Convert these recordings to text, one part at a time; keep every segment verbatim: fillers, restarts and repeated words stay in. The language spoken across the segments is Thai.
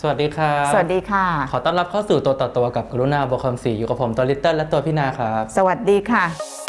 สวัสดีครับสวัสดีค่ะขอต้อนรับเข้าสู่ตัวต่อตัวกับกรุณาบวกคำศรีอยู่กับผมตัวลิตเติ้ลและตัวพี่นาครับสวัสดีค่ะ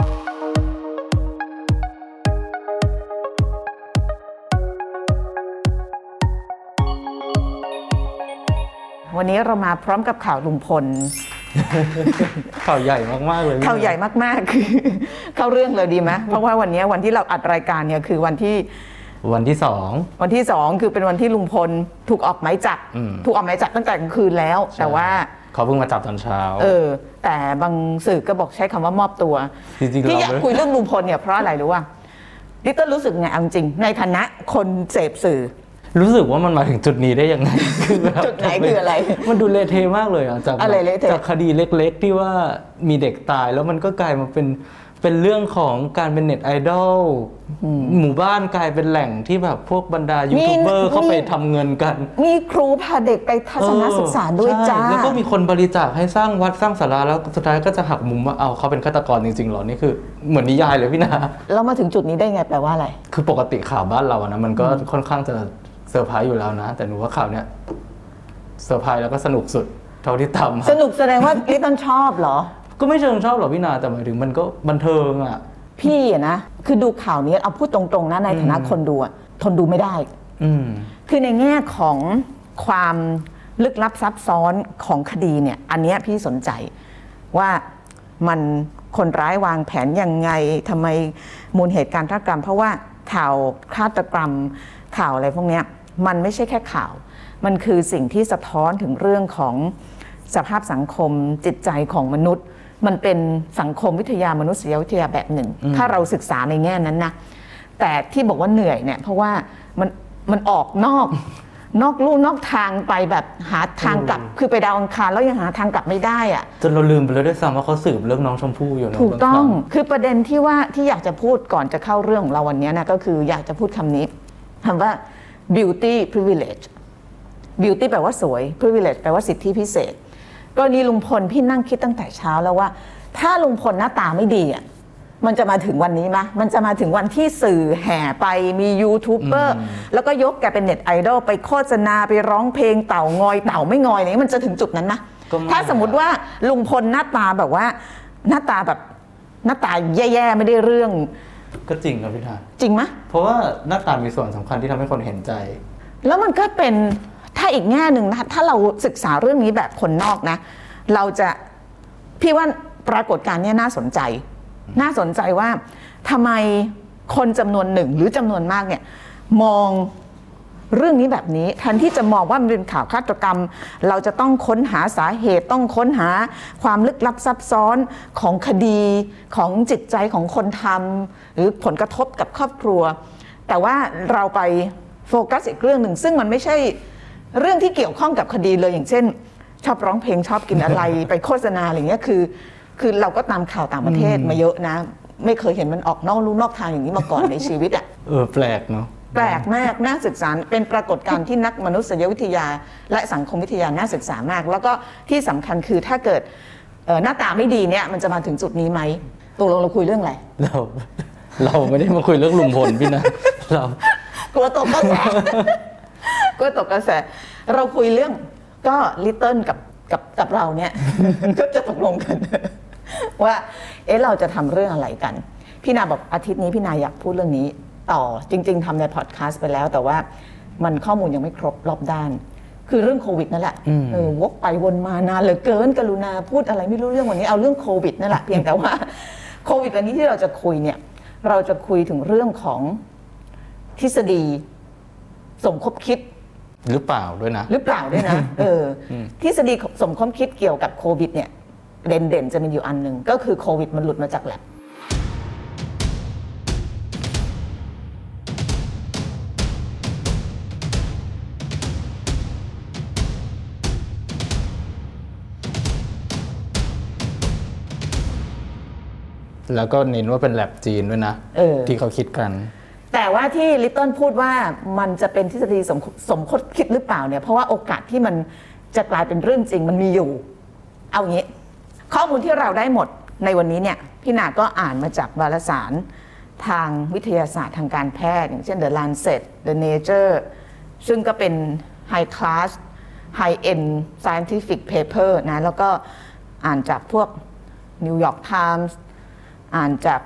วันนี้เรามาพร้อมกับข่าวลุงพลข่าวใหญ่มากๆเลยข่าวใหญ่มากๆคือเข้าเรื่องเลยดีไหมเพราะว่าวันนี้วันที่เราอัดรายการเนี่ยคือวันที่วันที่สองวันที่สองคือเป็นวันที่ลุงพลถูกออกหมายจับถูกออกหมายจับตั้งแต่กลางคืนแล้วแต่ว่าเขาเพิ่งมาจับตอนเช้าเออแต่บางสื่อก็บอกใช้คำว่ามอบตัวที่อยากคุยเรื่องลุงพลเนี่ยเพราะอะไรรู้ว่าลิตเติ้ลรู้สึกไงเอาจริงในฐานะคนเสพสื่อรู้สึกว่ามันมาถึงจุดนี้ได้ยังไงจุดไหนคืออะไรมันดูเละเทะมากเลยอ่ะจากจากคดีเล็กๆที่ว่ามีเด็กตายแล้วมันก็กลายมาเป็นเป็นเรื่องของการเป็นเน็ตไอดอลหมู่บ้านกลายเป็นแหล่งที่แบบพวกบรรดายูทูบเบอร์เข้าไปทำเงินกันมีครูพาเด็กไปทัศนศึกษาด้วยจ้าแล้วก็มีคนบริจาคให้สร้างวัดสร้างศาลาแล้วสุดท้ายก็จะหักมุมว่าเอาเขาเป็นฆาตกรจริงๆหรอนี่คือเหมือนนิยายเลยพี่นาเรามาถึงจุดนี้ได้ไงแปลว่าอะไรคือปกติข่าวบ้านเรานะมันก็ค่อนข้างจะเซอร์ไพรส์อยู่แล้วนะแต่หนูว่าข่าวเนี้ยเซอร์ไพรส์แล้วก็สนุกสุดเท่าที่ทำสนุกแสดงว่าลิตเติ้ลชอบเหรอก็ไม่เชิงชอบหรอกพี่นาแต่หมายถึงมันก็บันเทิงอ่ะพี่อะนะคือดูข่าวนี้เอาพูดตรงๆนะในฐานะคนดูอะทนดูไม่ได้คือในแง่ของความลึกลับซับซ้อนของคดีเนี่ยอันนี้พี่สนใจว่ามันคนร้ายวางแผนยังไงทำไมมูลเหตุการณ์ฆาตกรรมเพราะว่าข่าวฆาตกรรมข่าวอะไรพวกนี้มันไม่ใช่แค่ข่าวมันคือสิ่งที่สะท้อนถึงเรื่องของสภาพสังคมจิตใจของมนุษย์มันเป็นสังคมวิทยามนุษยวิทยาแบบหนึ่งถ้าเราศึกษาในแง่นั้นนะแต่ที่บอกว่าเหนื่อยเนี่ยเพราะว่ามันมันออกนอกนอกลู่นอกทางไปแบบหาทางกลับคือไปดาวอังคารแล้วยังหาทางกลับไม่ได้อะจนเราลืมไปแล้วด้วยซ้ำว่าเขาสืบเรื่องน้องชมพู่อยู่นะถูกต้องคือประเด็นที่ว่าที่อยากจะพูดก่อนจะเข้าเรื่องของเราวันนี้นะก็คืออยากจะพูดคำนี้คำว่า beauty privilege beauty แปลว่าสวย privilege แปลว่าสิทธิพิเศษกรณีลุงพลพี่นั่งคิดตั้งแต่เช้าแล้วว่าถ้าลุงพลหน้าตาไม่ดีอ่ะมันจะมาถึงวันนี้ไหมมันจะมาถึงวันที่สื่อแห่ไปมียูทูบเบอร์แล้วก็ยกแกเป็นเน็ตไอดอลไปโฆษณาไปร้องเพลงเต่างอยเต่าไม่งอยอะไรมันจะถึงจุดนั้นนะถ้าสมมติว่าลุงพลหน้าตาแบบว่าหน้าตาแบบหน้าตาแย่ๆไม่ได้เรื่องก็จริงครับพี่ธาจริงไหมเพราะว่าหน้าตามีส่วนสำคัญที่ทำให้คนเห็นใจแล้วมันก็เป็นถ้าอีกแง่หนึ่งนะถ้าเราศึกษาเรื่องนี้แบบคนนอกนะเราจะพี่ว่าปรากฏการณ์นี้น่าสนใจน่าสนใจว่าทำไมคนจำนวนหนึ่งหรือจำนวนมากเนี่ยมองเรื่องนี้แบบนี้แทนที่จะมองว่ามันเป็นข่าวฆาตกรรมเราจะต้องค้นหาสาเหตุต้องค้นหาความลึกลับซับซ้อนของคดีของจิตใจของคนทำหรือผลกระทบกับครอบครัวแต่ว่าเราไปโฟกัสอีกเรื่องหนึ่งซึ่งมันไม่ใช่เรื่องที่เกี่ยวข้องกับคดีเลยอย่างเช่นชอบร้องเพลงชอบกินอะไร ไปโฆษณาอะไรเงี้ยคือคือเราก็ตามข่าวต่างประเทศมาเยอะนะไม่เคยเห็นมันออกนอกลู่นอกทางอย่างนี้มาก่อนในชีวิตอ่ะเออแปลกเนาะแปลกมากน่าศึกษาเป็นปรากฏการณ์ที่นักมนุษยวิทยาและสังคมวิทยาน่าศึกษามากแล้วก็ที่สำคัญคือถ้าเกิดหน้าตาไม่ดีเนี่ยมันจะมาถึงจุดนี้ไหมตกลงเราคุยเรื่องอะไรเราเราไม่ได้มาคุยเรื่องลุงพลพี่นะเรากลัวตกกระแสกลัวตกกระแสเราคุยเรื่องก็ลิตเติ้ลกับกับกับเราเนี่ยก็จะตกลงกันว่าเอ๊ะเราจะทำเรื่องอะไรกันพี่นาบอกอาทิตย์นี้พี่นาอยากพูดเรื่องนี้ต่อจริงๆทำในพอดแคสต์ไปแล้วแต่ว่ามันข้อมูลยังไม่ครบรอบด้านคือเรื่องโควิดนั่นแหละเออวกไปวนมานานเหลือเกินกรุณาพูดอะไรไม่รู้เรื่องวันนี้เอาเรื่องโควิดนั่นแหละเพียงแต่ว่าโควิดวันนี้ที่เราจะคุยเนี่ยเราจะคุยถึงเรื่องของทฤษฎีสมคบคิดหรือเปล่าด้วยนะหรือเปล่าด้วยนะเออทฤษฎีสมคบคิดเกี่ยวกับโควิดเนี่ยเด่นๆจะมีอยู่อันหนึ่งก็คือโควิดมันหลุดมาจากแลบแล้วก็เน้นว่าเป็นแลบจีนด้วยนะที่เขาคิดกันแต่ว่าที่ลิตเติ้ลพูดว่ามันจะเป็นทฤษฎีสมสมคบคิดหรือเปล่าเนี่ยเพราะว่าโอกาสที่มันจะกลายเป็นเรื่องจริงมันมีอยู่เอางี้ข้อมูลที่เราได้หมดในวันนี้เนี่ยพี่นาก็อ่านมาจากวารสารทางวิทยาศาสตร์ทางการแพทย์อย่างเช่น The Lancet The Nature ซึ่งก็เป็น High Class high end scientific paper นะแล้วก็อ่านจากพวก New York Times อ่านจาก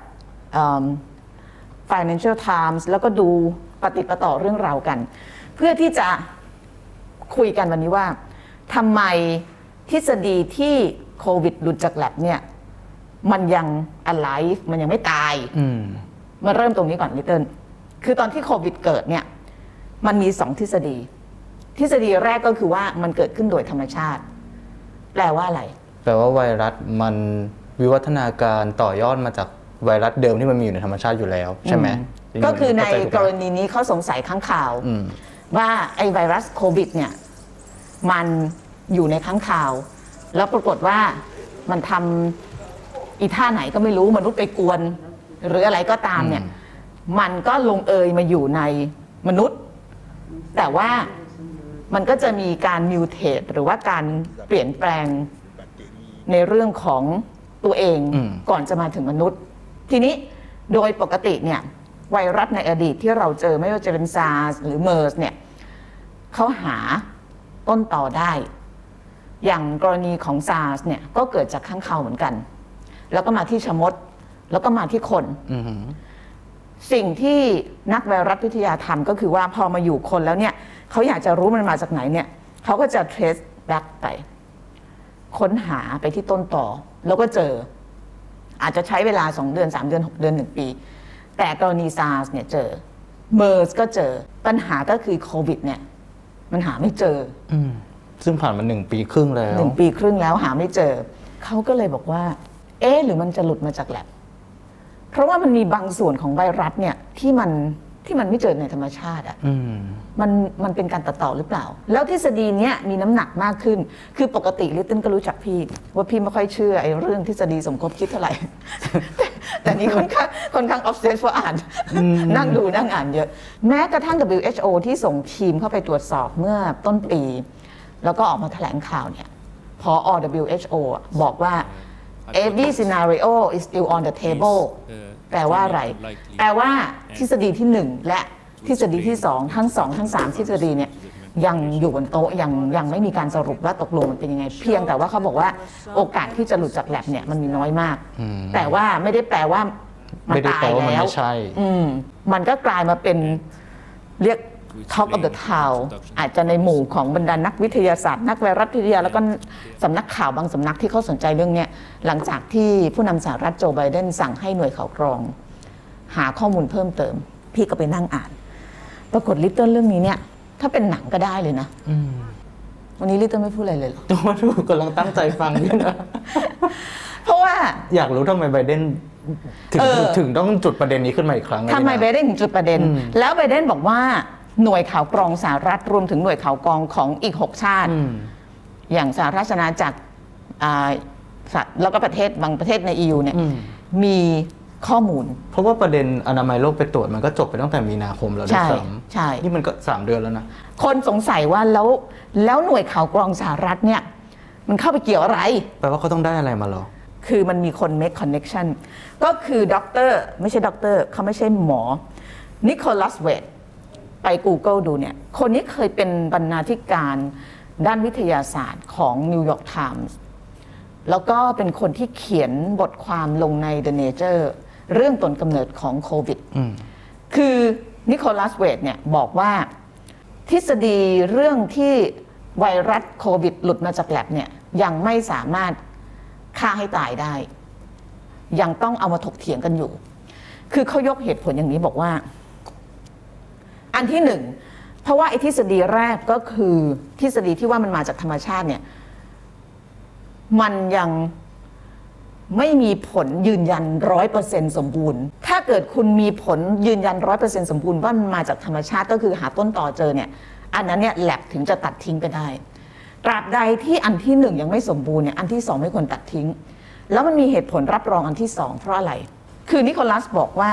Financial Times แล้วก็ดูปฏิปต่อเรื่องราวกัน เพื่อที่จะคุยกันวันนี้ว่าทำไมทฤษฎีที่โควิดหลุดจากแลบเนี่ยมันยัง alive มันยังไม่ตายมาเริ่มตรงนี้ก่อนนิดเดิลคือตอนที่โควิดเกิดเนี่ยมันมีสองทฤษฎีทฤษฎีแรกก็คือว่ามันเกิดขึ้นโดยธรรมชาติแปลว่าอะไรแปลว่าไวรัสมันวิวัฒนาการต่อยอดมาจากไวรัสเดิมที่มันมีอยู่ในธรรมชาติอยู่แล้วใช่ไหมก็คือในกรณีนี้เขาสงสัยค้างคาวว่าไอไวรัสโควิดเนี่ยมันอยู่ในค้างคาวแล้วปรากฏว่ามันทำอีท่าไหนก็ไม่รู้มนุษย์ไปกวนหรืออะไรก็ตามเนี่ยมันก็ลงเอยมาอยู่ในมนุษย์แต่ว่ามันก็จะมีการมิวเทตหรือว่าการเปลี่ยนแปลงในเรื่องของตัวเองก่อนจะมาถึงมนุษย์ทีนี้โดยปกติเนี่ยไวรัสในอดีตที่เราเจอไม่ว่าจะเป็นซาร์สหรือเมอร์สเนี่ยเขาหาต้นต่อได้อย่างกรณีของซาร์สเนี่ยก็เกิดจากค้างคาวเหมือนกันแล้วก็มาที่ชมดแล้วก็มาที่คนสิ่งที่นักไวรัสวิทยาทำก็คือว่าพอมาอยู่คนแล้วเนี่ยเขาอยากจะรู้มันมาจากไหนเนี่ยเขาก็จะ trace back ไปค้นหาไปที่ต้นต่อแล้วก็เจออาจจะใช้เวลาสองเดือนสามเดือนหกเดือนหนึ่งปีแต่กรณีซาร์สเนี่ยเจอเมอร์สก็เจอปัญหาก็คือโควิดเนี่ยมันหาไม่เจอซึ่งผ่านมาหนึ่งปีครึ่งแล้วหนึ่งปีครึ่งแล้วหาไม่เจอเขาก็เลยบอกว่าเอ๊ะหรือมันจะหลุดมาจากแลบเพราะว่ามันมีบางส่วนของไวรัสเนี่ยที่มันที่มันไม่เจอในธรรมชาติอ่ะมันมันเป็นการตัดต่อหรือเปล่าแล้วทฤษฎีเนี้ยมีน้ำหนักมากขึ้นคือปกติลิตเติ้ลก็รู้จักพี่ว่าพี่ไม่ค่อยเชื่อไอ้เรื่องทฤษฎีสมคบคิดเท่าไหร่ แต่แต่นี้ค่อนข้างค่อนข้างออฟเซสเพราะอ่านนั่งดูนั่งอ่านเยอะแม้กระทั่ง ดับเบิลยู เอช โอ ที่ส่งทีมเข้าไปตรวจสอบเมื่อต้นปีแล้วก็ออกมาแถลงข่าวเนี่ยผอ ดับเบิลยู เอช โอ บอกว่า every scenario is still on the table แปลว่าอะไรแปลว่าทฤษฎีที่หนึ่งและทฤษฎีที่สองทั้งสองทั้งสามทฤษฎีเนี่ยยังอยู่บนโต๊ะยังยังไม่มีการสรุปว่าตกลงมันเป็นยังไงเพียงแต่ว่าเขาบอกว่าโอกาสที่จะหลุดจากแลบเนี่ยมันมีน้อยมากแต่ว่าไม่ได้แปลว่ามันตายแล้วมันก็กลายมาเป็นเรียก Talk of the Town อาจจะในหมู่ของบรรดานักวิทยาศาสตร์นักไวรัสวิทยาแล้วก็สำนักข่าวบางสำนักที่เขาสนใจเรื่องนี้หลังจากที่ผู้นำสหรัฐโจไบเดนสั่งให้หน่วยข่าวกรองหาข้อมูลเพิ่มเติมพี่ก็ไปนั่งอ่านปรากฏลิตเติ้ลเรื่องนี้เนี่ยถ้าเป็นหนังก็ได้เลยนะวันนี้ลิตเติ้ลไม่พูดอะไรเลยหรอตัวถูกกำลังตั้งใจฟังอยู่นะเพราะว่าอยากรู้ทำไมไบเดนถึงถึงต้องจุดประเด็นนี้ขึ้นมาอีกครั้งทำไมไบเดนถึงจุดประเด็นแล้วไบเดนบอกว่าหน่วยข่าวกรองสหรัฐรวมถึงหน่วยข่าวกรองของอีกหกชาติอย่างสหราชอาณาจักรแล้วก็ประเทศบางประเทศใน อี ยู เนี่ยมีข้อมูลเพราะว่าประเด็นอนามัยโลกไปตรวจมันก็จบไปตั้งแต่มีนาคมแล้วด้วยซ้ำใช่นี่มันก็สามเดือนแล้วนะคนสงสัยว่าแล้วแล้วหน่วยข่าวกรองสหรัฐเนี่ยมันเข้าไปเกี่ยวอะไรแปลว่าเขาต้องได้อะไรมาหรอคือมันมีคน make connection ก็คือด็อกเตอร์ไม่ใช่ด็อกเตอร์เขาไม่ใช่หมอนิโคลัสเวตไป Google ดูเนี่ยคนนี้เคยเป็นบรรณาธิการด้านวิทยาศาสตร์ของ New York Times แล้วก็เป็นคนที่เขียนบทความลงใน The Nature เรื่องต้นกำเนิดของโควิดคือนิโคลัสเวตเนี่ยบอกว่าทฤษฎีเรื่องที่ไวรัสโควิดหลุดมาจากแลบเนี่ยยังไม่สามารถฆ่าให้ตายได้ยังต้องเอามาถกเถียงกันอยู่คือเขายกเหตุผลอย่างนี้บอกว่าอันที่หนึ่งเพราะว่าไอ้ทฤษฎีแรกก็คือทฤษฎีที่ว่ามันมาจากธรรมชาติเนี่ยมันยังไม่มีผลยืนยันร้อยเปอร์เซ็นต์สมบูรณ์ถ้าเกิดคุณมีผลยืนยันร้อยเปอร์เซ็นต์สมบูรณ์ว่ามันมาจากธรรมชาติก็คือหาต้นต่อเจอเนี่ยอันนั้นเนี่ยแลบถึงจะตัดทิ้งไปได้ตราบใดที่อันที่หนึ่งยังไม่สมบูรณ์เนี่ยอันที่สองไม่ควรตัดทิ้งแล้วมันมีเหตุผลรับรองอันที่สองเพราะอะไรคือนิโคลัสบอกว่า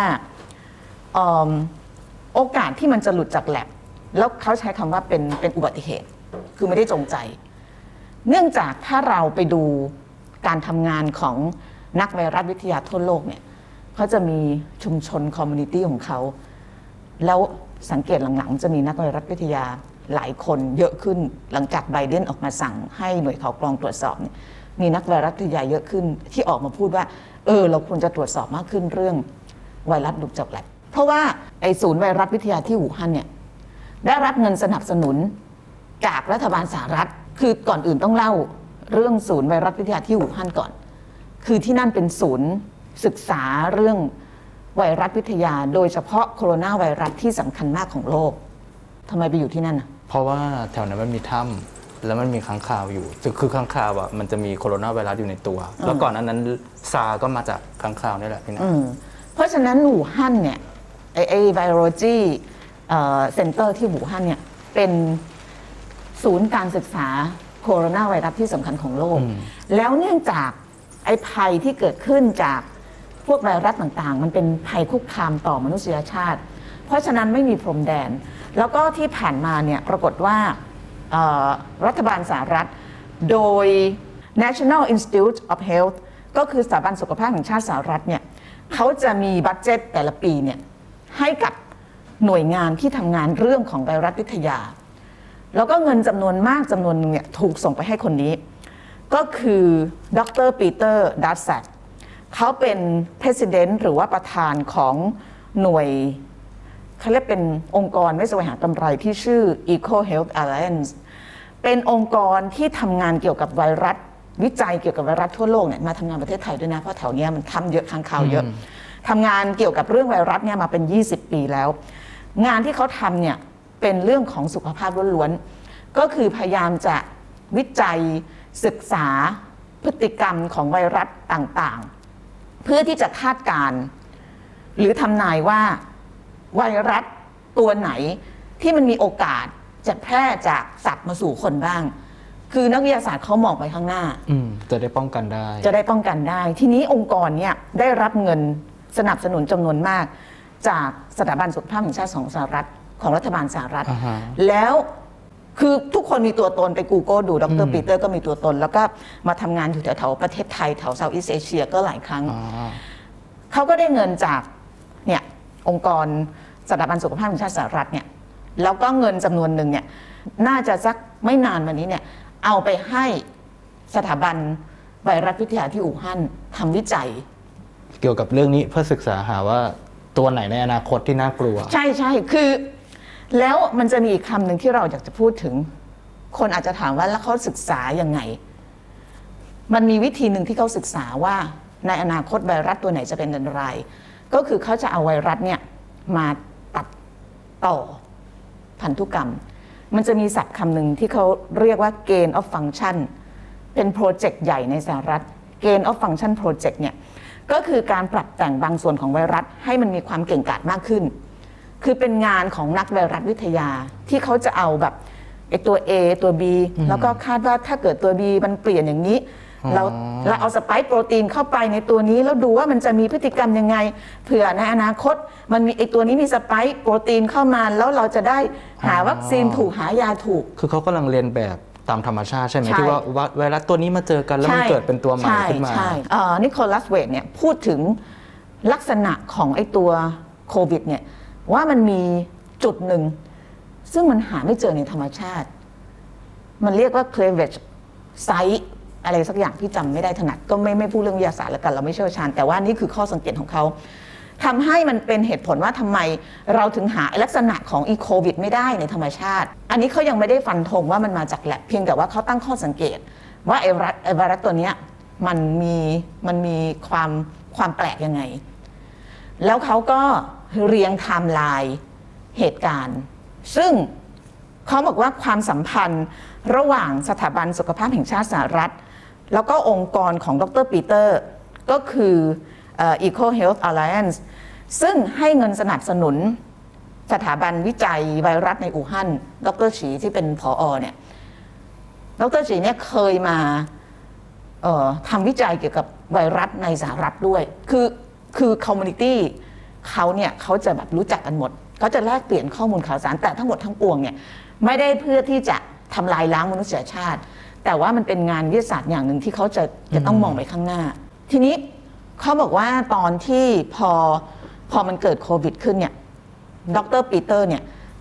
โอกาสที่มันจะหลุดจากแลบแล้วเขาใช้คำว่าเป็นเป็นอุบัติเหตุคือไม่ได้จงใจเนื่องจากถ้าเราไปดูการทำงานของนักไวรัสวิทยาทั่วโลกเนี่ยเขาจะมีชุมชนคอมมูนิตี้ของเขาแล้วสังเกตหลังๆจะมีนักไวรัสวิทยาหลายคนเยอะขึ้นหลังจากไบเดนออกมาสั่งให้หน่วยข่าวกรองตรวจสอบเนี่ยมีนักไวรัสวิทยาเยอะขึ้นที่ออกมาพูดว่าเออเราควรจะตรวจสอบมากขึ้นเรื่องไวรัสดุจากแลบเพราะว่าไอ้ศูนย์ไวรัสวิทยาที่อู่ฮั่นเนี่ยได้รับเงินสนับสนุนจากรัฐบาลสหรัฐคือก่อนอื่นต้องเล่าเรื่องศูนย์ไวรัสวิทยาที่อู่ฮั่นก่อนคือที่นั่นเป็นศูนย์ศึกษาเรื่องไวรัสวิทยาโดยเฉพาะโคโรนาไวรัสที่สำคัญมากของโลกทำไมไปอยู่ที่นั่นอ่ะเพราะว่าแถวนั้นมันมีถ้ำแล้วมันมีค้างคาวอยู่คือค้างคาวอ่ะมันจะมีโคโรนาไวรัสอยู่ในตัวแล้วก่อนนั้นนั้นซาก็มาจากค้างคาวนี่แหละพี่นะเพราะฉะนั้นอู่ฮั่นเนี่ยไอไอไวโรโลจีเซ็นเตอร์ที่อู่ฮั่นเนี่ยเป็นศูนย์การศึกษาโคโรนาไวรัสที่สำคัญของโลกแล้วเนื่องจากไอ้ภัยที่เกิดขึ้นจากพวกไวรัสต่างๆมันเป็นภัยคุกคามต่อมนุษยชาติเพราะฉะนั้นไม่มีพรมแดนแล้วก็ที่ผ่านมาเนี่ยปรากฏว่ารัฐบาลสหรัฐโดย National Institute of Health ก็คือสถาบันสุขภาพแห่งชาติสหรัฐเนี่ยเขาจะมีบัดเจ็ตแต่ละปีเนี่ยให้กับหน่วยงานที่ทำงานเรื่องของไวรัสวิทยาแล้วก็เงินจำนวนมากจำนวนนึงเนี่ยถูกส่งไปให้คนนี้ก็คือดรปีเตอร์ดัสแซกเขาเป็น President หรือว่าประธานของหน่วยเขาเรียกเป็นองค์กรไม่แสวงหากำไรที่ชื่อ Eco Health Alliance เป็นองค์กรที่ทำงานเกี่ยวกับไวรัสวิจัยเกี่ยวกับไวรัสทั่วโลกเนี่ยมาทำงานประเทศไทยด้วยนะเพราะแถวนี้มันทำเยอะค้างคาวเยอะทำงานเกี่ยวกับเรื่องไวรัสเนี่ยมาเป็นยี่สิบปีแล้วงานที่เขาทำเนี่ยเป็นเรื่องของสุขภาพล้วนๆก็คือพยายามจะวิจัยศึกษาพฤติกรรมของไวรัสต่างๆเพื่อที่จะคาดการณ์หรือทำนายว่าไวรัสตัวไหนที่มันมีโอกาสจะแพร่จากสัตว์มาสู่คนบ้างคือนักวิทยาศาสตร์เขามองไปข้างหน้าจะได้ป้องกันได้จะได้ป้องกันได้ทีนี้องค์กรเนี่ยได้รับเงินสนับสนุนจำนวนมากจากสถาบันสุขภาพแห่งชาติของสหรัฐของรัฐบาลสหรัฐ uh-huh. แล้วคือทุกคนมีตัวตนไป Google ดูดรปีเตอร์ก็มีตัวตนแล้วก็มาทำงานอยู่แถวๆประเทศไทยแถวเซาท์อีสต์เอเชียก็หลายครั้ง uh-huh. เขาก็ได้เงินจากเนี่ยองค์กรสถาบันสุขภาพแห่งชาติสหรัฐเนี่ยแล้วก็เงินจำนวนหนึ่งเนี่ยน่าจะสักไม่นานมานี้เนี่ยเอาไปให้สถาบันไวรัสวิทยาที่อู่ฮั่นทำวิจัยเกี่ยวกับเรื่องนี้เพื่อศึกษาหาว่าตัวไหนในอนาคตที่น่ากลัวใช่ใช่คือแล้วมันจะมีอีกคำหนึ่งที่เราอยากจะพูดถึงคนอาจจะถามว่าแล้วเขาศึกษายังไงมันมีวิธีหนึ่งที่เขาศึกษาว่าในอนาคตไวรัสตัวไหนจะเป็นอะไรก็คือเขาจะเอาไวรัสเนี่ยมาตัดต่อพันธุกรรมมันจะมีศัพท์คำหนึ่งที่เขาเรียกว่า gain of function เป็นโปรเจกต์ใหญ่ในสหรัฐ gain of function project เนี่ยก็คือการปรับแต่งบางส่วนของไวรัสให้มันมีความเก่งกาจมากขึ้นคือเป็นงานของนักไวรัสวิทยาที่เขาจะเอาแบบไอ้ตัว A ตัว B แล้วก็คาดว่าถ้าเกิดตัว B มันเปลี่ยนอย่างนี้เราเราเอาสไปค์โปรตีนเข้าไปในตัวนี้แล้วดูว่ามันจะมีพฤติกรรมยังไงเผื่อในอนาคตมันมีไอ้ตัวนี้มีสไปค์โปรตีนเข้ามาแล้วเราจะได้หาวัคซีนถูกหายาถูกคือเขากำลังเรียนแบบตามธรรมชาติใช่ไหมที่ว่าไวรัสตัวนี้มาเจอกันแล้วมันเกิดเป็นตัวใหม่ขึ้นมาใช่ใช่นิโคลัสเวทเนี่ยพูดถึงลักษณะของไอ้ตัวโควิดเนี่ยว่ามันมีจุดหนึ่งซึ่งมันหาไม่เจอในธรรมชาติมันเรียกว่า cleavage site อะไรสักอย่างที่จำไม่ได้ถนัดก็ไม่ไม่พูดเรื่องวิทยาศาสตร์แล้วกันเราไม่เชี่ยวชาญแต่ว่านี่คือข้อสังเกตของเขาทำให้มันเป็นเหตุผลว่าทำไมเราถึงหาลักษณะของอีโควิดไม่ได้ในธรรมชาติอันนี้เขายังไม่ได้ฟันธงว่ามันมาจากแลบเพียงแต่ว่าเขาตั้งข้อสังเกตว่าไอ้ไวรัสตัวนี้มันมีมันมีความความแปลกยังไงแล้วเขาก็เรียงไทม์ไลน์เหตุการณ์ซึ่งเขาบอกว่าความสัมพันธ์ระหว่างสถาบันสุขภาพแห่งชาติสหรัฐแล้วก็องค์กรของดรปีเตอร์ก็คือ Eco Health Alliance ซึ่งให้เงินสนับสนุนสถาบันวิจัยไวรัสในอู่ฮั่นดรฉีที่เป็นผอ.เนี่ยดรฉีเนี่ยเคยมาทำวิจัยเกี่ยวกับไวรัสในสหรัฐด้วยคือคือคอมมูนิตี้เขาเนี่ยเขาจะแบบรู้จักกันหมดเขาจะแลกเปลี่ยนข้อมูลข่าวสารแต่ทั้งหมดทั้งปวงเนี่ยไม่ได้เพื่อที่จะทำลายล้างมนุษยชาติแต่ว่ามันเป็นงานวิทยาศาสตร์อย่างหนึ่งที่เขาจะจะต้องมองไปข้างหน้าทีนี้เขาบอกว่าตอนที่พอพอมันเกิดโควิดขึ้นเนี่ยดรปีเตอร์เนี่ย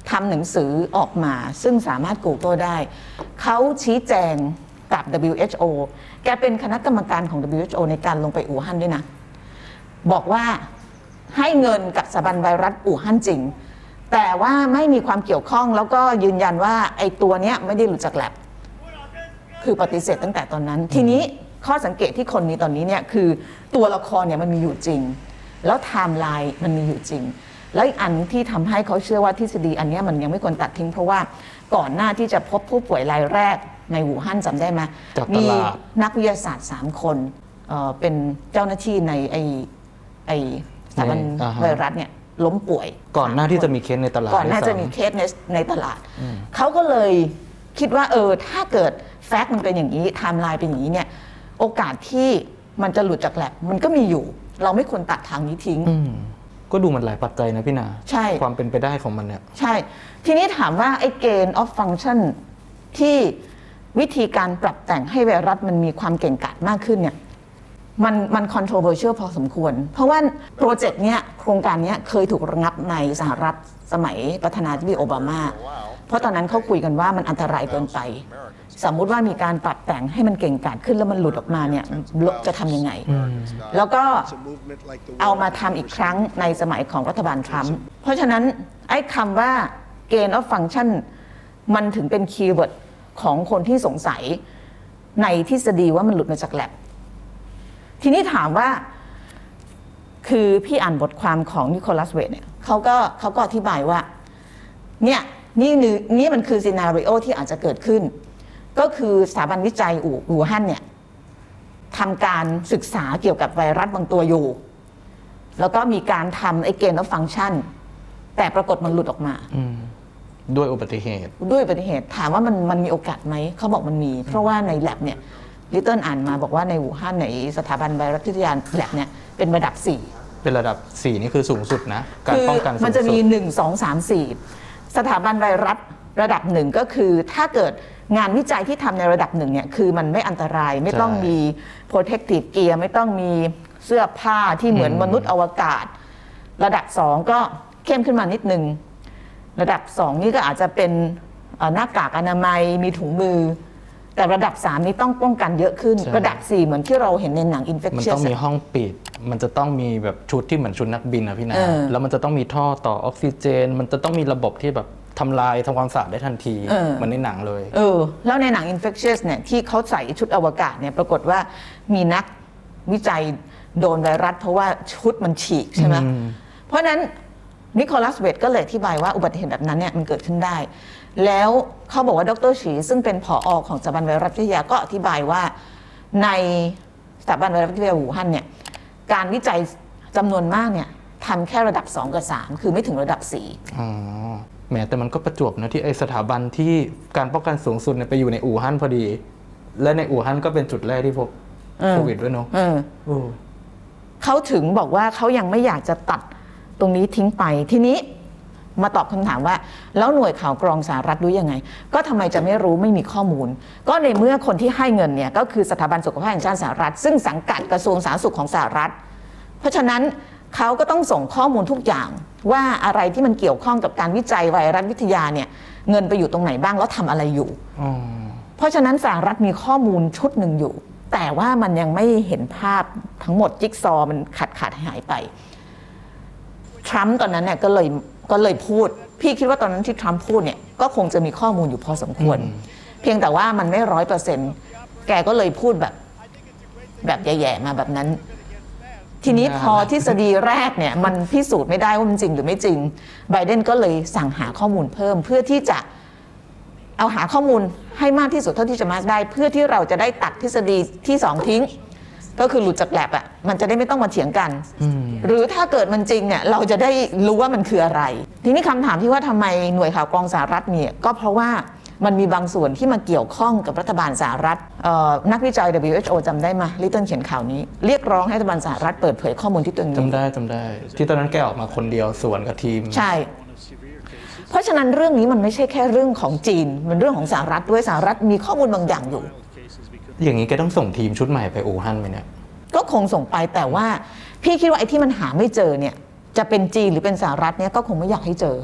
ทำหนังสือออกมาซึ่งสามารถ Google ได้เขาชี้แจงกับ ดับเบิลยู เอช โอ แกเป็นคณะกรรมการของ ดับเบิลยู เอช โอ ในการลงไปอู่ฮั่นด้วยนะบอกว่าให้เงินกับสถาบันไวรัสอู่ฮั่นจริงแต่ว่าไม่มีความเกี่ยวข้องแล้วก็ยืนยันว่าไอ้ตัวเนี้ยไม่ได้หลุดจากแลบคือปฏิเสธตั้งแต่ตอนนั้นทีนี้ข้อสังเกตที่คนมีตอนนี้เนี่ยคือตัวละครเนี่ยมันมีอยู่จริงแล้วไทม์ไลน์มันมีอยู่จริงแล้วอีกอันที่ทำให้เขาเชื่อว่าทฤษฎีอันนี้มันยังไม่ควรตัดทิ้งเพราะว่าก่อนหน้าที่จะพบผู้ป่วยรายแรกในอู่ฮั่นจำได้ไหมมีนักวิทยาศาสตร์สามคนเอ่อเป็นเจ้าหน้าที่ในไอไอสถาบันไวรัสเนี่ยล้มป่วยก่อนหน้าที่จะมีเคสในตลาดก่อนหน้าจะมีเคสในในตลาดเขาก็เลยคิดว่าเออถ้าเกิดแฟกต์มันเป็นอย่างนี้ไทม์ไลน์เป็นอย่างนี้เนี่ยโอกาสที่มันจะหลุดจากแลบมันก็มีอยู่เราไม่ควรตัดทางนี้ทิ้งก็ดูมันหลายปัจจัยนะพี่นาใช่ความเป็นไปได้ของมันเนี่ยใช่ทีนี้ถามว่าไอ้ gain of function ที่วิธีการปรับแต่งให้ไวรัสมันมีความเก่งกาจมากขึ้นเนี่ยมันมัน controversial พอสมควรเพราะว่าโปรเจกต์เนี้ยโครงการเนี้ยเคยถูกระงับในสหรัฐสมัยประธานาธิบดีโอบามาเพราะตอนนั้นเขาคุยกันว่ามันอันตรายเกินไปสมมุติว่ามีการปรับแต่งให้มันเก่งกาจขึ้นแล้วมันหลุดออกมาเนี่ยจะทำยังไงแล้วก็เอามาทำอีกครั้งในสมัยของรัฐบาลทรัมป์เพราะฉะนั้นไอ้คำว่า gain of function มันถึงเป็นคีย์เวิร์ดของคนที่สงสัยในทฤษฎีว่ามันหลุดมาจากแลบทีนี้ถามว่าคือพี่อ่านบทความของนิโคลัสเวทเนี่ยเขาก็เขาก็อธิบายว่าเนี่ยนี่นี่มันคือซีนาริโอที่อาจจะเกิดขึ้นก็คือสถาบันวิจัยอู่อู่ฮั่นเนี่ยทำการศึกษาเกี่ยวกับไวรัสบางตัวอยู่แล้วก็มีการทำไอ้เกณฑ์และฟังก์ชันแต่ปรากฏมันหลุดออกมาด้วยอุบัติเหตุด้วยอุบัติเหตุถามว่ามันมันมีโอกาสไหมเขาบอกมันมีเพราะว่าในแลบเนี่ยลิตเติ้ลอ่านมาบอกว่าในอู่ฮั่นในสถาบันไวรัสวิทยาแลบเนี่ยเป็นระดับสี่เป็นระดับสี่นี่คือสูงสุดนะการป้องกันมันจะมีหนึ่ง สอง สาม สี่สถาบันไวรัสระดับหนึ่งก็คือถ้าเกิดงานวิจัยที่ทำในระดับหนึ่งเนี่ยคือมันไม่อันตรายไม่ต้องมี protective gear ไม่ต้องมีเสื้อผ้าที่เหมือนมนุษย์อวกาศระดับสองก็เข้มขึ้นมานิดนึงระดับสองนี่ก็อาจจะเป็นหน้ากากอนามัยมีถุงมือแต่ระดับสามนี้ต้องป้องกันเยอะขึ้นระดับสี่เหมือนที่เราเห็นในหนัง infectious มันต้องมีห้องปิดมันจะต้องมีแบบชุดที่เหมือนชุดนักบินนะพี่นาแล้วมันจะต้องมีท่อต่อออกซิเจนมันจะต้องมีระบบที่แบบทำลายทำความสะอาดได้ทันทีเหมือนในหนังเลยเออแล้วในหนัง infectious เนี่ยที่เขาใส่ชุดอวกาศเนี่ยปรากฏว่ามีนักวิจัยโดนไวรัสเพราะว่าชุดมันฉีกใช่ไหมเพราะนั้นนิโคลัสเวทก็เลยอธิบายว่าอุบัติเหตุแบบนั้นเนี่ยมันเกิดขึ้นได้แล้วเขาบอกว่าดร.ฉีซึ่งเป็นผอ.ของสถาบันไวรัสวิทยาก็อธิบายว่าในสถาบันไวรัสวิทยาอู่ฮั่นเนี่ยการวิจัยจำนวนมากเนี่ยทำแค่ระดับสองกับสามคือไม่ถึงระดับสี่อ๋อแหมแต่มันก็ประจวบนะที่ไอสถาบันที่การป้องกันสูงสุดเนี่ยไปอยู่ในอู่ฮั่นพอดีและในอู่ฮั่นก็เป็นจุดแรกที่พบโควิดด้วยเนาะเขาถึงบอกว่าเขายังไม่อยากจะตัดตรงนี้ทิ้งไปทีนี้มาตอบคำถามว่าแล้วหน่วยข่าวกรองสหรัฐรู้ยังไงก็ทำไมจะไม่รู้ไม่มีข้อมูลก็ในเมื่อคนที่ให้เงินเนี่ยก็คือสถาบันสุขภาพแห่งชาติสหรัฐซึ่งสังกัดกระทรวงสาธารณสุขของสหรัฐเพราะฉะนั้นเขาก็ต้องส่งข้อมูลทุกอย่างว่าอะไรที่มันเกี่ยวข้องกับการวิจัยไวรัสวิทยาเนี่ยเงินไปอยู่ตรงไหนบ้างแล้วทำอะไรอยู่เพราะฉะนั้นสหรัฐมีข้อมูลชุดหนึ่งอยู่แต่ว่ามันยังไม่เห็นภาพทั้งหมดจิ๊กซอมันขาดขาดหายไปทรัมป์ตอนนั้นเนี่ยก็เลยก็เลยพูดพี่คิดว่าตอนนั้นที่ทรัมป์พูดเนี่ยก็คงจะมีข้อมูลอยู่พอสมควรเพียงแต่ว่ามันไม่ร้อยเปอร์เซ็นต์แกก็เลยพูดแบบแบบแย่ๆมาแบบนั้นทีนี้พอทฤษฎีแรกเนี่ยมันพิสูจน์ไม่ได้ว่ามันจริงหรือไม่จริงไบเดนก็เลยสั่งหาข้อมูลเพิ่มเพื่อที่จะเอาหาข้อมูลให้มากที่สุดเท่าที่จะมากได้เพื่อที่เราจะได้ตัดทฤษฎีที่สองทิ้งก็คือหลุดจากแลบอ่ะมันจะได้ไม่ต้องมาเถียงกันหรือถ้าเกิดมันจริงเนี่ยเราจะได้รู้ว่ามันคืออะไรทีนี้คำถามที่ว่าทำไมหน่วยข่าวกรองสหรัฐเนี่ยก็เพราะว่ามันมีบางส่วนที่มาเกี่ยวข้องกับรัฐบาลสหรัฐนักวิจัย ดับเบิลยู เอช โอ จำได้ไหมลิตเติ้ลเขียนข่าวนี้เรียกร้องให้รัฐบาลสหรัฐเปิดเผยข้อมูลที่ตัวเองจำได้จำได้ที่ตอนนั้นแกออกมาคนเดียวสวนกับทีมใช่เพราะฉะนั้นเรื่องนี้มันไม่ใช่แค่เรื่องของจีนมันเรื่องของสหรัฐด้วยสหรัฐมีข้อมูลบางอย่างอยู่อย่างนี้แกต้องส่งทีมชุดใหม่ไปอู่ฮั่นไหมเนี่ยก็คงส่งไปแต่ว่าพี่คิดว่าไอ้ที่มันหาไม่เจอเนี่ยจะเป็นจีนหรือเป็นสหรัฐเนี่ยก็คงไม่อยากให้เจอ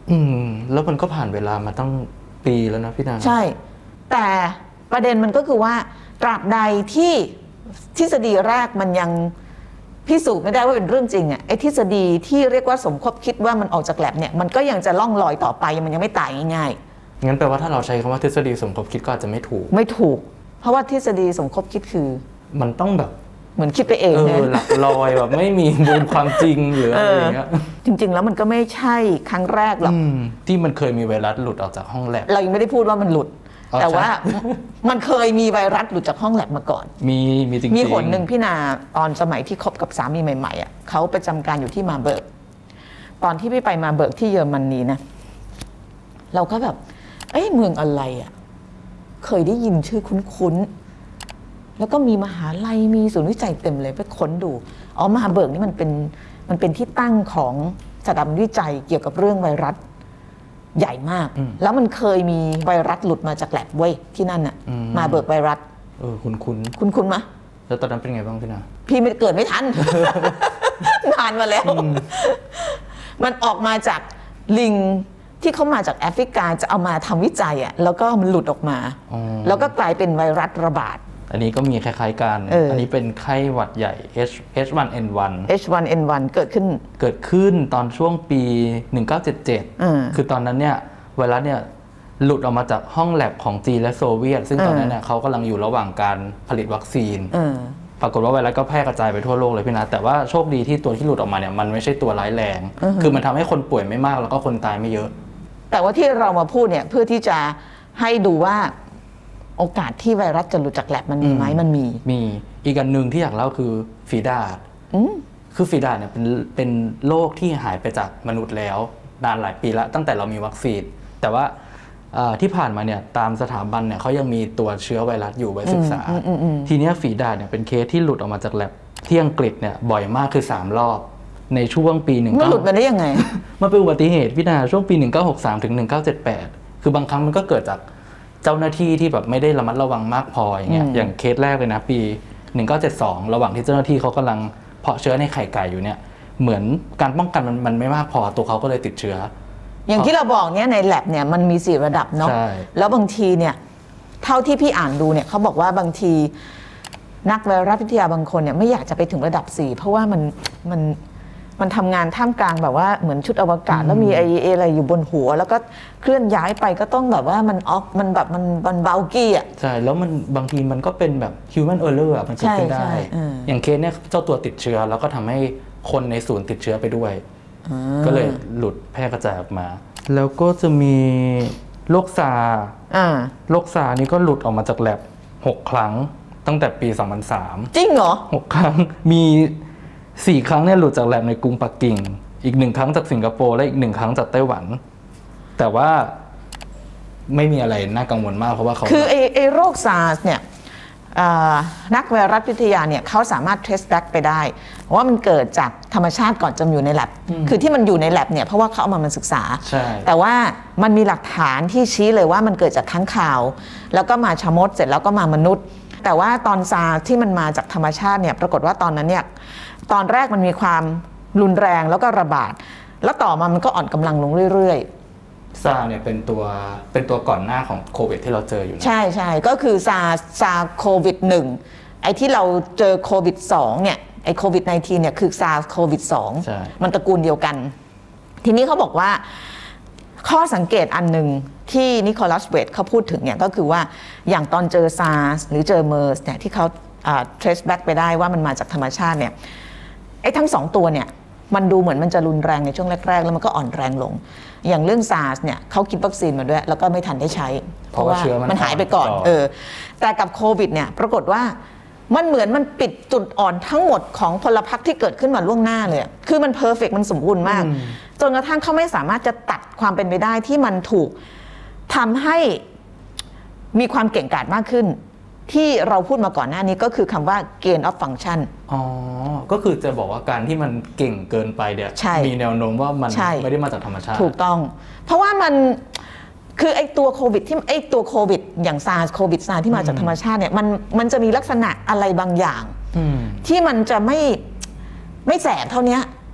อืมแล้วมันก็ผ่านเวลามาตั้งปีแล้วนะพี่นางใช่แต่ประเด็นมันก็คือว่าตราบใดที่ทฤษฎีแรกมันยังพิสูจน์ไม่ได้ว่าเป็นเรื่องจริงอ่ะไอ้ทฤษฎีที่เรียกว่าสมคบคิดว่ามันออกจากแลบเนี่ยมันก็ยังจะล่องลอยต่อไปมันยังไม่ตายง่ายๆงั้นแปลว่าถ้าเราใช้คำว่าทฤษฎีสมคบคิดก็อาจจะไม่ถูกไม่ถูกเพราะว่าทฤษฎีสมคบคิดคือมันต้องแบบเหมือนคิดไปเองนะเออหลักลอยแบบไม่มีมูลความจริงหรืออะไรอย่างเงี้ยจริงๆแล้วมันก็ไม่ใช่ครั้งแรกหรอกที่มันเคยมีไวรัสหลุดออกจากห้องแลบเรายังไม่ได้พูดว่ามันหลุดแต่ว่ามันเคยมีไวรัสหลุดจากห้องแลบมาก่อนมีมีจริงๆมีหนหนึ่งพี่นาตอนสมัยที่คบกับสามีใหม่ๆอ่ะเขาประจำการอยู่ที่มาเบิร์กตอนที่พี่ไปมาเบิร์กที่เยอรมนีนะเราก็แบบเอ้ยเมืองอะไรอ่ะเคยได้ยินชื่อคุ้นๆแล้วก็มีมหาลัยมีศูนย์วิจัยเต็มเลยไปค้นดูอ๋อมาเบิร์กนี่มันเป็นมันเป็นที่ตั้งของสถาบันวิจัยเกี่ยวกับเรื่องไวรัสใหญ่มากแล้วมันเคยมีไวรัสหลุดมาจากแลบเว้ยที่นั่นน่ะมาเบิกไวรัสเออคุณคุณคุณคุณมะแล้วตอนนั้นเป็นไงบ้างพี่นาพี่ไม่เกิดไม่ทัน นานมาแล้ว มันออกมาจากลิงที่เขามาจากแอฟริกาจะเอามาทำวิจัยอ่ะแล้วก็มันหลุดออกมาแล้วก็กลายเป็นไวรัสระบาดอันนี้ก็มีคล้ายๆกัน อ, อันนี้เป็นไข้หวัดใหญ่ H เอช วัน เอ็น วันเอช วัน เอ็น วัน เกิดขึ้นเกิดขึ้นตอนช่วงปีหนึ่งเก้าเจ็ดเจ็ดคือตอนนั้นเนี่ยไวรัสเนี่ยหลุดออกมาจากห้องแลบของจีนและโซเวียตซึ่งตอนนั้นเนี่ยเขากำลังอยู่ระหว่างการผลิตวัคซีนปรากฏว่าไวรัสก็แพร่กระจายไปทั่วโลกเลยพี่นะแต่ว่าโชคดีที่ตัวที่หลุดออกมาเนี่ยมันไม่ใช่ตัวร้ายแรงคือมันทำให้คนป่วยไม่มากแล้วก็คนตายไม่เยอะแต่ว่าที่เรามาพูดเนี่ยเพื่อที่จะให้ดูว่าโอกาสที่ไวรัสจะหลุดจากแลบมันมีไหมมันมีมีอีกอันหนึ่งที่อยากเล่าคือฝีดาษคือฝีดาษเนี่ยเป็นเป็นโรคที่หายไปจากมนุษย์แล้วนานหลายปีแล้วตั้งแต่เรามีวัคซีนแต่ว่าที่ผ่านมาเนี่ยตามสถาบันเนี่ยเขายังมีตัวเชื้อไวรัสอยู่ไว้ศึกษาทีนี้ฝีดาษเนี่ยเป็นเคสที่หลุดออกมาจากแลบที่อังกฤษเนี่ยบ่อยมากคือสามรอบในช่วงปีหนึ่งมันหลุดมาได้ยังไงมันเป็นอุบัติเหตุพี่นาช่วงปีหนึ่งเก้าหกสามถึงหนึ่งเก้าเจ็ดแปดคือบางครั้งมันก็เกิดจากเจ้าหน้าที่ที่แบบไม่ได้ระมัดระวังมากพออย่างเงี้ยอย่างเคสแรกเลยนะปีหนึ่งเก้าเจ็ดสองระหว่างที่เจ้าหน้าที่เขากำลังเพาะเชื้อในไข่ไก่อยู่เนี่ยเหมือนการป้องกันมันมันไม่มากพอตัวเขาก็เลยติดเชื้ออย่างที่เราบอกเนี่ยในแลบเนี่ยมันมีสี่ระดับเนาะแล้วบางทีเนี่ยเท่าที่พี่อ่านดูเนี่ยเขาบอกว่าบางทีนักไวรัสวิทยาบางคนเนี่ยไม่อยากจะไปถึงระดับสี่เพราะว่ามันมันมันทำงานท่ามกลางแบบว่าเหมือนชุดอวกาศแล้วมีไออะไรอยู่บนหัวแล้วก็เคลื่อนย้ายไปก็ต้องแบบว่ามันออกมันแบบมันมันเบากี้อ่ะใช่แล้วมันบางทีมันก็เป็นแบบ human error อ่ะมันเกิดขึ้นได้อย่างเคสเนี่ยเจ้าตัวติดเชื้อแล้วก็ทำให้คนในศูนย์ติดเชื้อไปด้วยก็เลยหลุดแพร่กระจายออกมาแล้วก็จะมีโรคซาร์โรคซาร์นี่ก็หลุดออกมาจากแลบหกครั้งตั้งแต่ปีสองพันสามจริงเหรอหกครั้งมีสี่ครั้งเนี่ยหลุดจากแลบในกรุงปักกิ่งอีกหนึ่งครั้งจากสิงคโปร์และอีกหนึ่งครั้งจากไต้หวันแต่ว่าไม่มีอะไรน่ากังวลมากเพราะว่าเขาคือไอ้ไอ้โรคซาร์สเนี่ยนักไวรัสวิทยาเนี่ยเขาสามารถ trace back ไปได้ว่ามันเกิดจากธรรมชาติก่อนจะอยู่ในแลบคือที่มันอยู่ในแลบเนี่ยเพราะว่าเขาเอามามันศึกษาแต่ว่ามันมีหลักฐานที่ชี้เลยว่ามันเกิดจากค้างคาวแล้วก็มาชะมดเสร็จแล้วก็มามนุษย์แต่ว่าตอนซาร์ที่มันมาจากธรรมชาติเนี่ยปรากฏว่าตอนนั้นเนี่ยตอนแรกมันมีความรุนแรงแล้วก็ระบาดแล้วต่อมามันก็อ่อนกำลังลงเรื่อยๆซาร์เนี่ยเป็นตัวเป็นตัวก่อนหน้าของโควิดที่เราเจออยู่นะใช่ใช่ก็คือซาร์ซาร์โควิดหนึ่งไอ้ที่เราเจอโควิดสองเนี่ยไอ้โควิดสิบเก้า เนี่ยคือซาร์โควิดสองมันตระกูลเดียวกันทีนี้เขาบอกว่าข้อสังเกตอันหนึ่งที่นิโคลัสเวตเขาพูดถึงเนี่ยก็คือว่าอย่างตอนเจอซาร์สหรือเจอเมอร์สเนี่ยที่เขาtrace back ไปได้ว่ามันมาจากธรรมชาติเนี่ยไอ้ทั้งสองตัวเนี่ยมันดูเหมือนมันจะรุนแรงในช่วงแรกๆแล้วมันก็อ่อนแรงลงอย่างเรื่อง SARS เนี่ยเขาคิดวัคซีนมาด้วยแล้วก็ไม่ทันได้ใช้เพราะว่ามันหายไปก่อนเออแต่กับโควิดเนี่ยปรากฏว่ามันเหมือนมันปิดจุดอ่อนทั้งหมดของพลพรรคที่เกิดขึ้นมาล่วงหน้าเลยคือมันเพอร์เฟกต์มันสมบูรณ์มากจนกระทั่งเขาไม่สามารถจะตัดความเป็นไปได้ที่มันถูกทำให้มีความเก่งกาจมากขึ้นที่เราพูดมาก่อนหน้านี้ก็คือคำว่า gain of function อ๋อก็คือจะบอกว่าการที่มันเก่งเกินไปเนี่ยมีแนวโน้มว่ามันไม่ได้มาจากธรรมชาติถูกต้องเพราะว่ามันคือไอ้ตัวโควิดที่ไอ้ตัวโควิดอย่างซาร์สโควิดซาร์ที่มาจากธรรมชาติเนี่ยมันมันจะมีลักษณะอะไรบางอย่างที่มันจะไม่ไม่แสบเท่านี้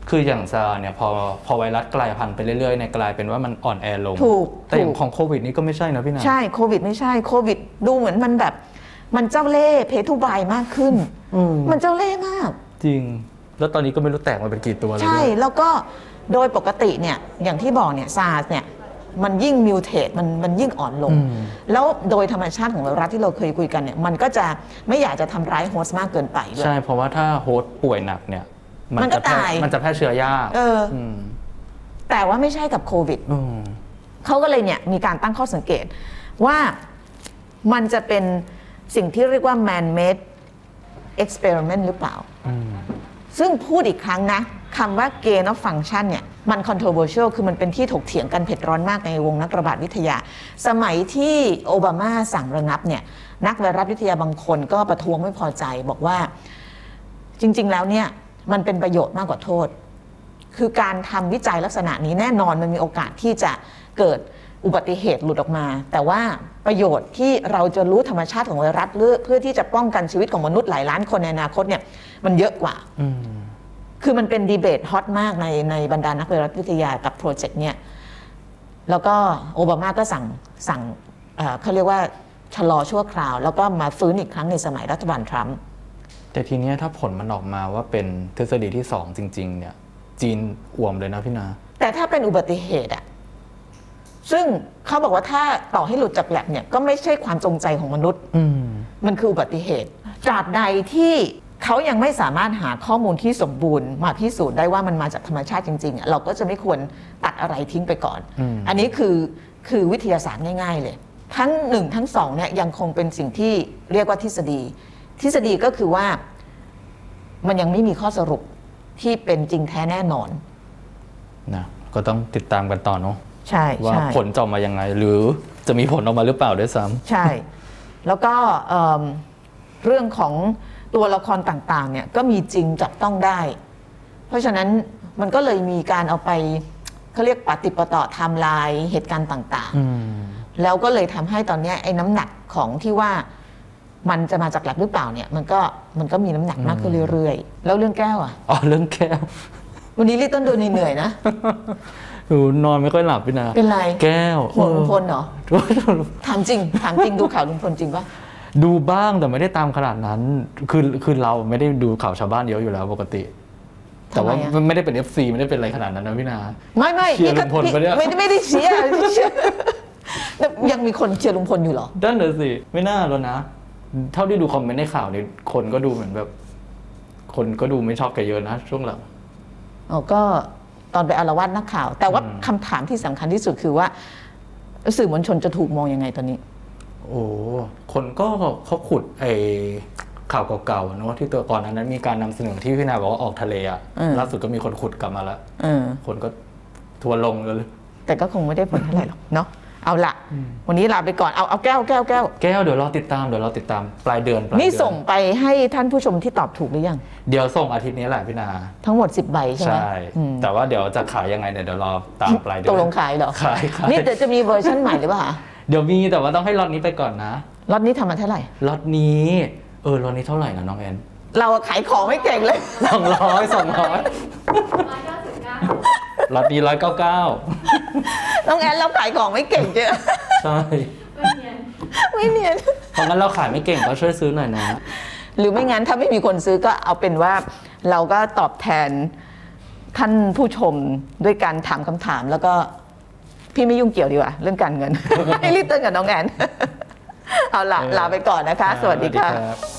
คืออย่างซาเนี่ยพอพอไวรัสกลายพันธุ์ไปเรื่อยๆเนี่ยกลายเป็นว่ามันอ่อนแอลงถูกแต่อย่างของโควิดนี่ก็ไม่ใช่นะพี่นาใช่โควิดไม่ใช่โควิดดูเหมือนมันแบบมันเจ้าเล่ห์เพทุบายมากขึ้นมันเจ้าเล่ห์มากจริงแล้วตอนนี้ก็ไม่รู้แตกมาเป็นกี่ตัวแล้วใช่แล้วก็โดยปกติเนี่ยอย่างที่บอกเนี่ยซาร์สเนี่ยมันยิ่งมิวเทตมันมันยิ่งอ่อนลงแล้วโดยธรรมชาติของไวรัสที่เราเคยคุยกันเนี่ยมันก็จะไม่อยากจะทำร้ายโฮสต์มากเกินไปด้วยใช่เพราะว่าถ้าโฮสต์ป่วยหนักเนี่ยมันก็ตายมันจะแพร่เชื้อยากเออแต่ว่าไม่ใช่กับโควิดเขาก็เลยเนี่ยมีการตั้งข้อสังเกตว่ามันจะเป็นสิ่งที่เรียกว่า man made experiment หรือเปล่าซึ่งพูดอีกครั้งนะคำว่า gain of function เนี่ยมัน controversial คือมันเป็นที่ถกเถียงกันเผ็ดร้อนมากในวงนักระบาดวิทยาสมัยที่โอบามาสั่งระงับเนี่ยนักไวรัสวิทยาบางคนก็ประท้วงไม่พอใจบอกว่าจริงๆแล้วเนี่ยมันเป็นประโยชน์มากกว่าโทษคือการทำวิจัยลักษณะนี้แน่นอนมันมีโอกาสที่จะเกิดอุบัติเหตุหลุดออกมาแต่ว่าประโยชน์ที่เราจะรู้ธรรมชาติของไวรัสเพื่อที่จะป้องกันชีวิตของมนุษย์หลายล้านคนในอนาคตเนี่ยมันเยอะกว่าคือมันเป็นดีเบตฮอตมากในในบรรดานักไวรัสวิทยากับโปรเจกต์เนี่ยแล้วก็โอบามาก็สั่งสั่งเขาเรียกว่าชะลอชั่วคราวแล้วก็มาฟื้นอีกครั้งในสมัยรัฐบาลทรัมป์แต่ทีนี้ถ้าผลมันออกมาว่าเป็นทฤษฎีที่สองจริงๆเนี่ยจีนอ่วมเลยนะพี่นาแต่ถ้าเป็นอุบัติเหตุอะซึ่งเขาบอกว่าถ้าต่อให้หลุดจากแลบเนี่ยก็ไม่ใช่ความจงใจของมนุษย์มันคืออุบัติเหตุตราบใดที่เขายังไม่สามารถหาข้อมูลที่สมบูรณ์มาพิสูจน์ได้ว่ามันมาจากธรรมชาติจริงๆเราก็จะไม่ควรตัดอะไรทิ้งไปก่อน อ, อันนี้คือคือวิทยาศาสตร์ง่ายๆเลยทั้งหนึ่งทั้งสองเนี่ยยังคงเป็นสิ่งที่เรียกว่าทฤษฎีทฤษฎีก็คือว่ามันยังไม่มีข้อสรุปที่เป็นจริงแท้แน่นอนนะก็ต้องติดตามกันต่อเนาะใช่ว่าผลจะออกมายังไงหรือจะมีผลออกมาหรือเปล่าด้วยซ้ำใช่แล้วก็เ, เรื่องของตัวละครต่างๆเนี่ยก็มีจริงจับต้องได้เพราะฉะนั้นมันก็เลยมีการเอาไปเขาเรียกปฏิปต่อไทม์ไลน์เหตุการณ์ต่างๆแล้วก็เลยทำให้ตอนนี้ไอ้น้ำหนักของที่ว่ามันจะมาจากแลบหรือเปล่าเนี่ยมันก็มันก็มีน้ำหนักมากขึ้นเรื่อยๆแล้วเรื่องแก้วอ่ะอ๋อเรื่องแก้ววันนี้ลิต้นดูเหนื่อยนะหนูนอนไม่ค่อยหลับพี่นาเป็นไรแก้วห่วงลุงพลเหรอถามจริงถามจริงดูข่าวลุงพลจริงปะดูบ้างแต่ไม่ได้ตามขนาดนั้นคือคือเราไม่ได้ดูข่าวชาวบ้านเยอะอยู่แล้วปกติแต่ว่าไม่ได้เป็น เอฟ ซี ไม่ได้เป็นอะไรขนาดนั้นนะพี่นาไม่ไม่เชียร์ลุงพลไปเนี่ยไม่ได้ไม่ได้เชียร์ยังมีคนเชียร์ลุงพลอยู่เหรอด้านเดียวสิไม่น่าแล้วนะเท่าที่ดูคอมเมนต์ในข่าวนี่คนก็ดูเหมือนแบบคนก็ดูไม่ชอบแกเยอะนะช่วงหลังอ๋อก็ตอนไปอาละวาดนักข่าวแต่ว่าคำถามที่สำคัญที่สุดคือว่าสื่อมวลชนจะถูกมองยังไงตอนนี้โอ้คนก็เขาขุดไอ้ข่าวเก่าๆนะว่าที่ตัวก่อนนั้นมีการนำเสนอที่พี่นาบอกว่าออกทะเลอ่ะล่าสุดก็มีคนขุดกลับมาแล้วคนก็ทัวลงเลยแต่ก็คงไม่ได้ผลเท่าไหร่หรอกเนาะเอาละวันนี้ลาไปก่อนเอาเอาแก้วแก้วแก้วแก้วเดี๋ยวรอติดตามเดี๋ยวรอติดตามปลายเดือนนี่ส่งไปให้ท่านผู้ชมที่ตอบถูกหรือยังเดี๋ยวส่งอาทิตย์นี้แหละพี่นาทั้งหมดสิบใบใช่ไหมใช่แต่ว่าเดี๋ยวจะขายยังไงเนี่ยเดี๋ยวรอตามปลายเดือนตกลงขายเหรอขายนี่เดี๋ยวจะมีเวอร์ชันใหม่หรือเปล่าเดี๋ยวมีแต่ว่าต้องให้ล็อตนี้ไปก่อนนะล็อตนี้ทำมาเท่าไหร่ล็อตนี้เออล็อตนี้เท่าไหร่นะน้องแอนเราขายของไม่เก่งเลยสองร้อยสองร้อยล็อตนี้ร้อยเก้าเก้าน้องแอนเราขายของไม่เก่งเจ้ะใช่ไม่เนียนไม่เนียนเพราะงั้นเราขายไม่เก่งก็ช่วยซื้อหน่อยนะหรือไม่งั้นถ้าไม่มีคนซื้อก็เอาเป็นว่าเราก็ตอบแทนท่านผู้ชมด้วยการถามคำถามแล้วก็พี่ไม่ยุ่งเกี่ยวดีกว่าเรื่องการเงินให้รีบเตือนกับน้องแอนเอาละลาไปก่อนนะคะสวัสดีค่ะ